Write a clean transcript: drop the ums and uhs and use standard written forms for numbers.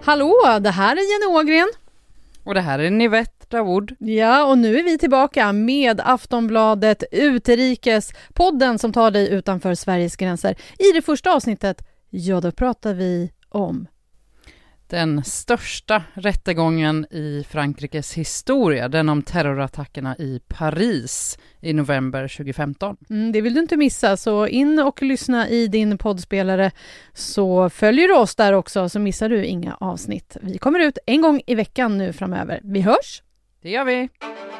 Hallå, det här är Jenny Ågren. Och det här är Nivette Dawood. Ja, och nu är vi tillbaka med Aftonbladet Utrikes, podden som tar dig utanför Sveriges gränser. I det första avsnittet, ja då pratar vi om den största rättegången i Frankrikes historia, den om terrorattackerna i Paris i november 2015. Det vill du inte missa, så in och lyssna i din poddspelare, så följer du oss där också så missar du inga avsnitt. Vi kommer ut en gång i veckan nu framöver. Vi hörs! Det gör vi!